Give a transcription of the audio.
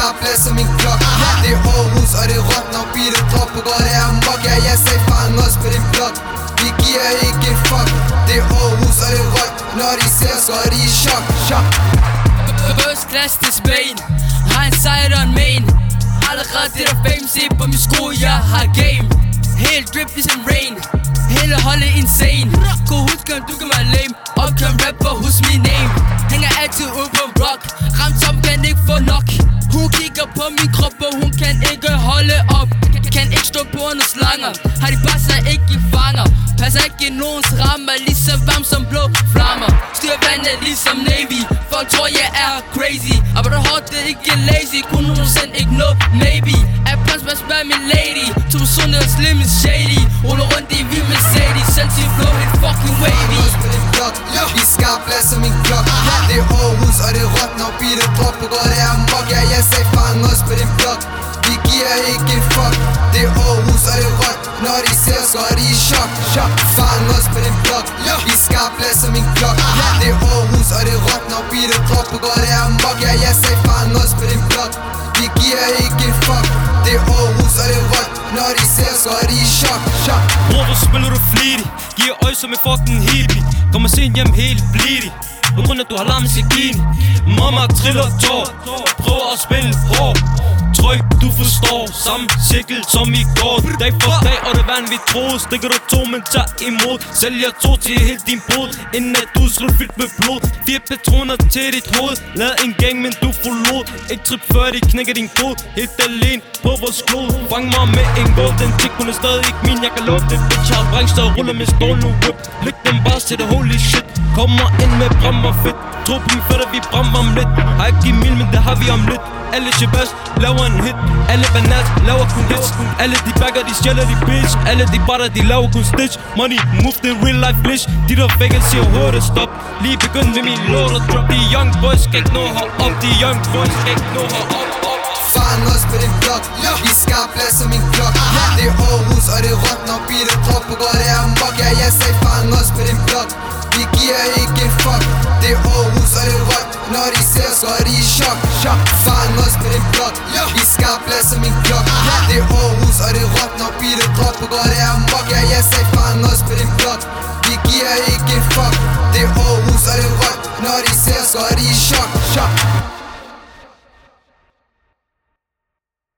skarp plads som en klok. Det er Aarhus og det er råt, når beatet dropper. Går det her mok, ja jeg sagde fang os på din blok. Vi giver ikke en fuck. Det er Aarhus og det er råt, når de ser så er de i chok. First class til Spain, har en sejt og en main. Allerede det der fame, se på min sko, jeg har game. Helt drip ligesom rain, hele holdet insane. God husk om du kan være lame, opkøm rapper hos min name. Hænger altid ude på rock, ramt som kan ikke få nok. Hun kigger på min krop, og hun kan ikke holde op. Kan ikke stå på nogle slanger, har de bare sig ikke i fanger. Passer ikke nogens rammer, ligesom varm som blå flammer. Styr vandet ligesom Navy, folk tror jeg er crazy. Arbejder hårdt, det er ikke lazy, kunne 100% ikke nå maybe. Er plads med min lady, to personer og slim is shady. Ruller rundt i vild Mercedes, sensitive flow, helt fucking wavy. Vi skarp plads som en klok. Det er Aarhus og det er råt, når beatet dropper. Går det her mok, ja jeg sagde fang os på din blok. Vi giver ikke en fuck. Det er Aarhus og det er råt, når de ser så er de i chok. Fang os på din blok. Vi skarp plads som en klok. Det er Aarhus og det er råt, når beatet dropper. Går det her mok, ja jeg sagde fang os på din blok. Vi giver ikke en fuck. Det er Aarhus og det er råt, når de ser så er de i chok. Bror, hvor spiller du flittig? Giver øje som en fucking hippie. Kommer sent hjem helt blidig, på grund af du har larmet Sigini. Mamma triller tår, prøver at spille hård. Tryk, du forstår, samme cirkel som i går. Dag for dag, og det vand vi troede. Stikker du to, men tager imod. Sælger to til helt din brud, inden at du slår fyldt med blod. 4 patroner til dit hoved, lad en gang, men du forlod. Ikke trip før de knækker din kode, helt alene på vores klod. Fang mig med en gård, den tik, hun er stadig ikke min. Jeg kan love det, bitch, har brængst og ruller med stående whip. Læg dem bare til det, holy shit. Kommer ind med brammer fedt. Tro på min fætter, vi brammer om lidt. Har ikke en mil, men det har vi om lidt. Alle shabazz laver en hit. Alle banats laver kun hits. Alle de bagger, de stjæler de bitch. Alle de batter, de laver kun stitch. Money, move the real life glitch. De der fake siger hurtigt stop. Lige begyndt med min lort og drop. De young boys skal ikke nå herop. De young boys skal ikke nå herop. Fang os på din blok. Vi skarp plads som en klok. Det er Aarhus og det er råt, når beatet dropper. Går det her mok, ja jeg sagde fang os på din blok. Vi giver ikke en fuck. Det er Aarhus og det er råt, når de ser så er de i chok. Fang os på din blok. Vi skarp plads som en klok. Det er Aarhus og det er råt, når beatet dropper. Går det her mok, ja jeg sagde fang os på din blok. Vi giver ikke en fuck. Det er Aarhus og det er råt, når de ser så er de i chok.